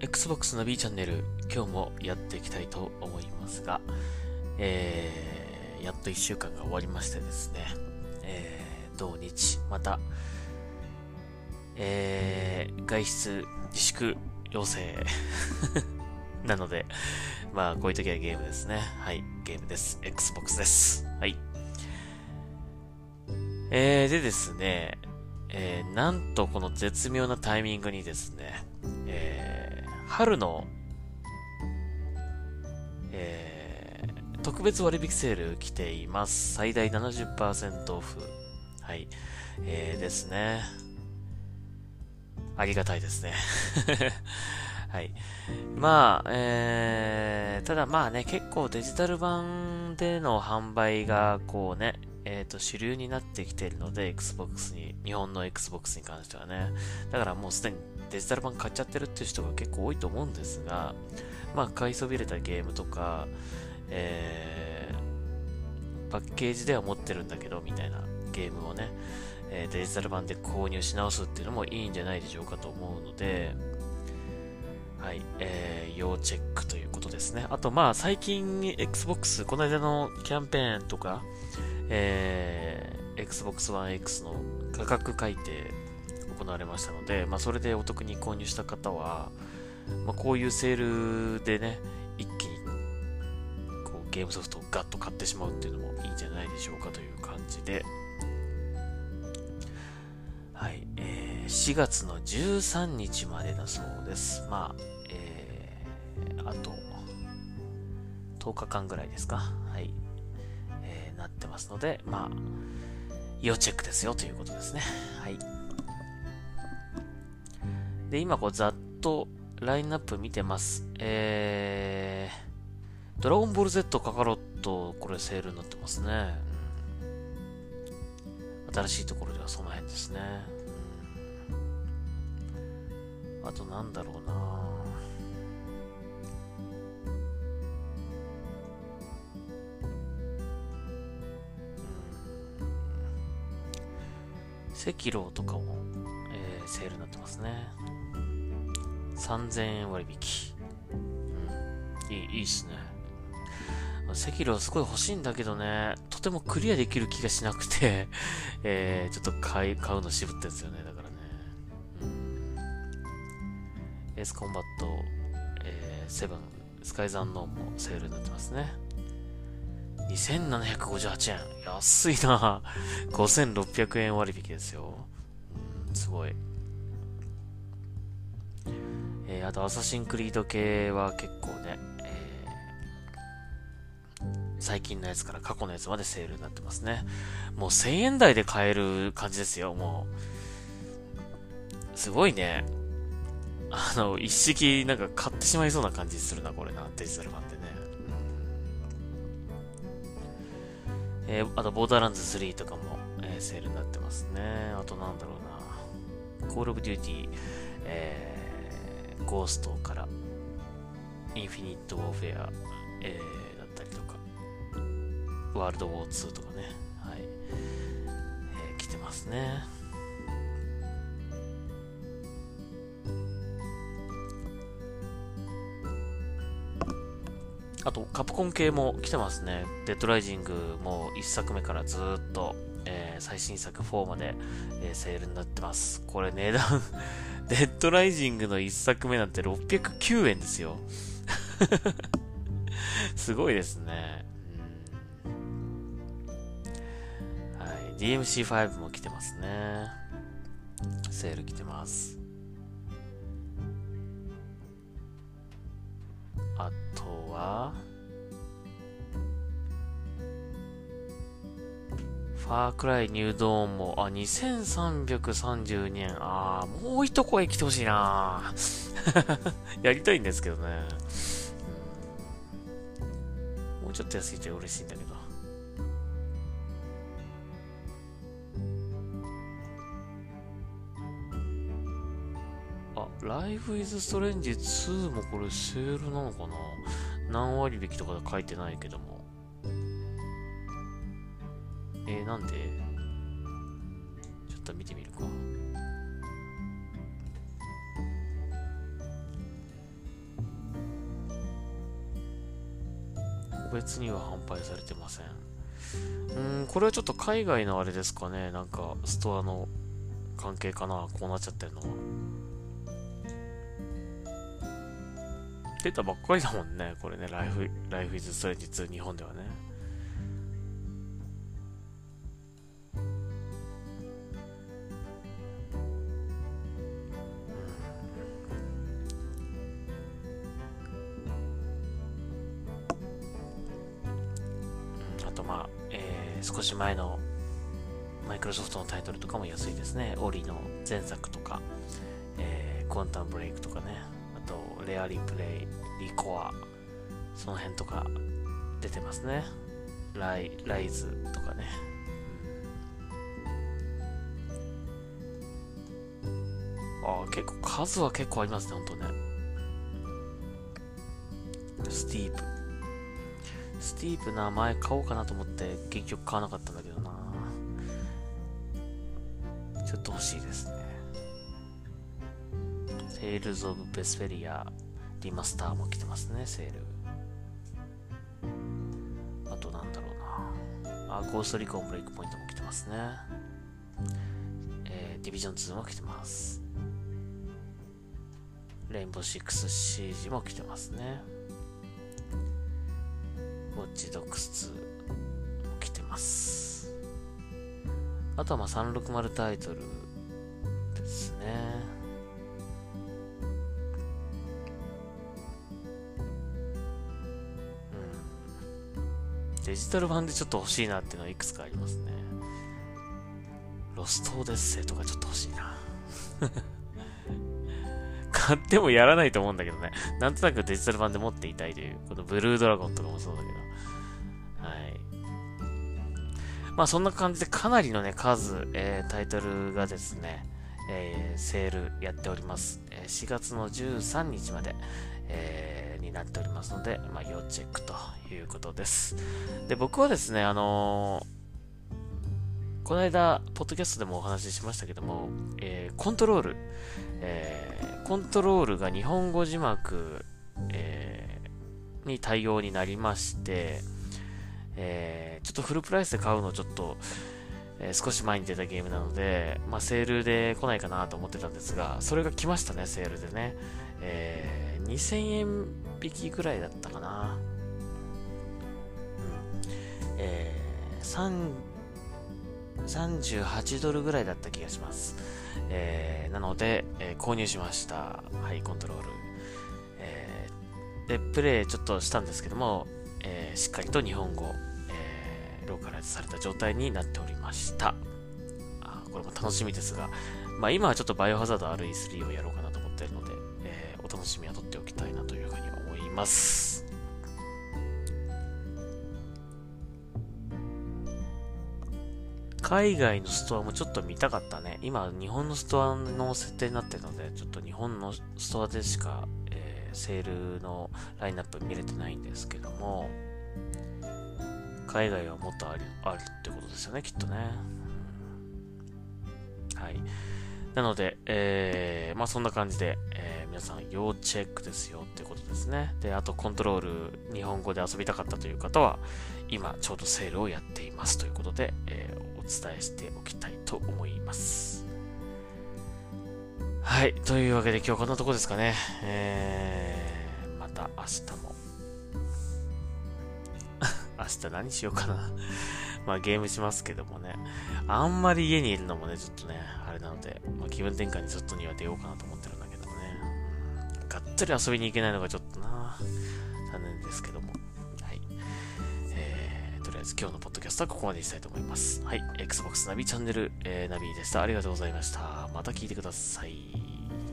Xbox の B チャンネル、今日もやっていきたいと思いますが、やっと1週間が終わりましてですね、土日、また、外出自粛要請なので、まあ、こういう時はゲームですね。はい、ゲームです。Xbox です。はい。でですね、なんとこの絶妙なタイミングにですね、春の、特別割引セール来ています。最大70%オフ。はい。ですね。ありがたいですね。はい。まあ、ただまあね、結構デジタル版での販売が、こうね、主流になってきているので、Xbox に、日本の Xbox に関してはね。だからもうすでにデジタル版買っちゃってるっていう人が結構多いと思うんですが、まあ、買いそびれたゲームとか、パッケージでは持ってるんだけど、みたいなゲームをね、デジタル版で購入し直すっていうのもいいんじゃないでしょうかと思うので、はい、要チェックということですね。あと、まあ、最近 Xbox、この間のキャンペーンとか、Xbox One X の価格改定行われましたので、まあ、それでお得に購入した方は、まあ、こういうセールでね、一気にこうゲームソフトをガッと買ってしまうっていうのもいいんじゃないでしょうかという感じで、はい、4月の13日までだそうです。まあ、あと10日間ぐらいですか。はい、なってますので、まあ、要チェックですよということですね。はい。で、今こうざっとラインナップ見てます。ドラゴンボール Z カカロット、これセールになってますね。新しいところではその辺ですね。あとなんだろうな赤狼とかも、セールになってますね。3000円割引。いいっすね。赤狼すごい欲しいんだけどね、とてもクリアできる気がしなくてちょっと買うの渋ってんですよね、だからね。エースコンバット、セブン、スカイザンノーンもセールになってますね。2758円。安いな5600円割引ですよ。すごい。あと、アサシンクリード系は結構ね、最近のやつから過去のやつまでセールになってますね。もう1000円台で買える感じですよ、もう。すごいね。一式なんか買ってしまいそうな感じするな、これな、デジタル版でね。あと、ボーダーランズ3とかも、セールになってますね。あと、なんだろうな。コールオブデューティー、ゴーストから、インフィニットウォーフェア、だったりとか、ワールドウォー2とかね、はい、来てますね。あと、カプコン系も来てますね。デッドライジングも1作目からずっと、最新作4まで、セールになってます。これ値段デッドライジングの1作目なんて609円ですよ。すごいですね。はい。DMC5 も来てますね。セール来てます。あとは、ファークライニュードーンも、2332円。もう一声来てほしいなやりたいんですけどね。もうちょっと安いと嬉しいんだけど。ライフイズストレンジ2もこれセールなのかな。何割引きとか書いてないけども。なんでちょっと見てみるか。 月には販売されてません。これはちょっと海外のあれですかね。なんか、ストアの関係かな。こうなっちゃってるのは。出たばっかりだもんね。これね、ライフイズストレンジ2、日本ではね。あと少し前のマイクロソフトのタイトルとかも安いですね。オリの前作とか、クォンタムブレイクとかね。あと、レアリプレイ、リコア、その辺とか出てますね。ライズとかね。結構、数は結構ありますね、ほんとね。スティープな、前買おうかなと思って結局買わなかったんだけどな。ちょっと欲しいですね。テイルズ・オブ・ベスフェリアリマスターも来てますね、セール。あとなんだろうな。ゴーストリコンブレイクポイントも来てますね。ディビジョン2も来てます。レインボーシックスシージも来てますね。ウォッチドックス2も来てます。あとは360タイトルですね。デジタル版でちょっと欲しいなっていうのはいくつかありますね。ロストオデッセイとかちょっと欲しいな。買ってもやらないと思うんだけどね。なんとなくデジタル版で持っていたいという、このブルードラゴンとかもそうだけど。はい。そんな感じでかなりのね、数、タイトルがですね、セールやっております。4月の13日まで、になっておりますので、要チェックということです。で、僕はですね、この間、ポッドキャストでもお話ししましたけども、コントロールが日本語字幕、に対応になりまして、ちょっとフルプライスで買うのをちょっと、少し前に出たゲームなので、セールで来ないかなと思ってたんですが、それが来ましたね、セールでね。2000円引きぐらいだったかな。38ドルぐらいだった気がします。なので、購入しました。はい、コントロール。で、プレイちょっとしたんですけども、しっかりと日本語、ローカライズされた状態になっておりました。これも楽しみですが、今はちょっとバイオハザード RE3 をやろうかなと思っているので、お楽しみは取っておきたいなというふうに思います。海外のストアもちょっと見たかったね。今、日本のストアの設定になってるので、ちょっと日本のストアでしか、セールのラインナップ見れてないんですけども、海外はもっとあるってことですよね、きっとね。はい。なので、そんな感じで、皆さん要チェックですよってことですね。で、あとコントロール日本語で遊びたかったという方は、今ちょうどセールをやっていますということで、お伝えしておきたいと思います。はい。というわけで今日こんなとこですかね。また明日も。明日何しようかな。ゲームしますけどもね。あんまり家にいるのもね、ちょっとね、あれなので、気分転換に外には出ようかなと思ってるんだけどもね。がっつり遊びに行けないのがちょっとな、残念ですけども。はい。とりあえず今日のポッドキャストはここまでにしたいと思います。はい。Xbox ナビチャンネル、ナビでした。ありがとうございました。また聞いてください。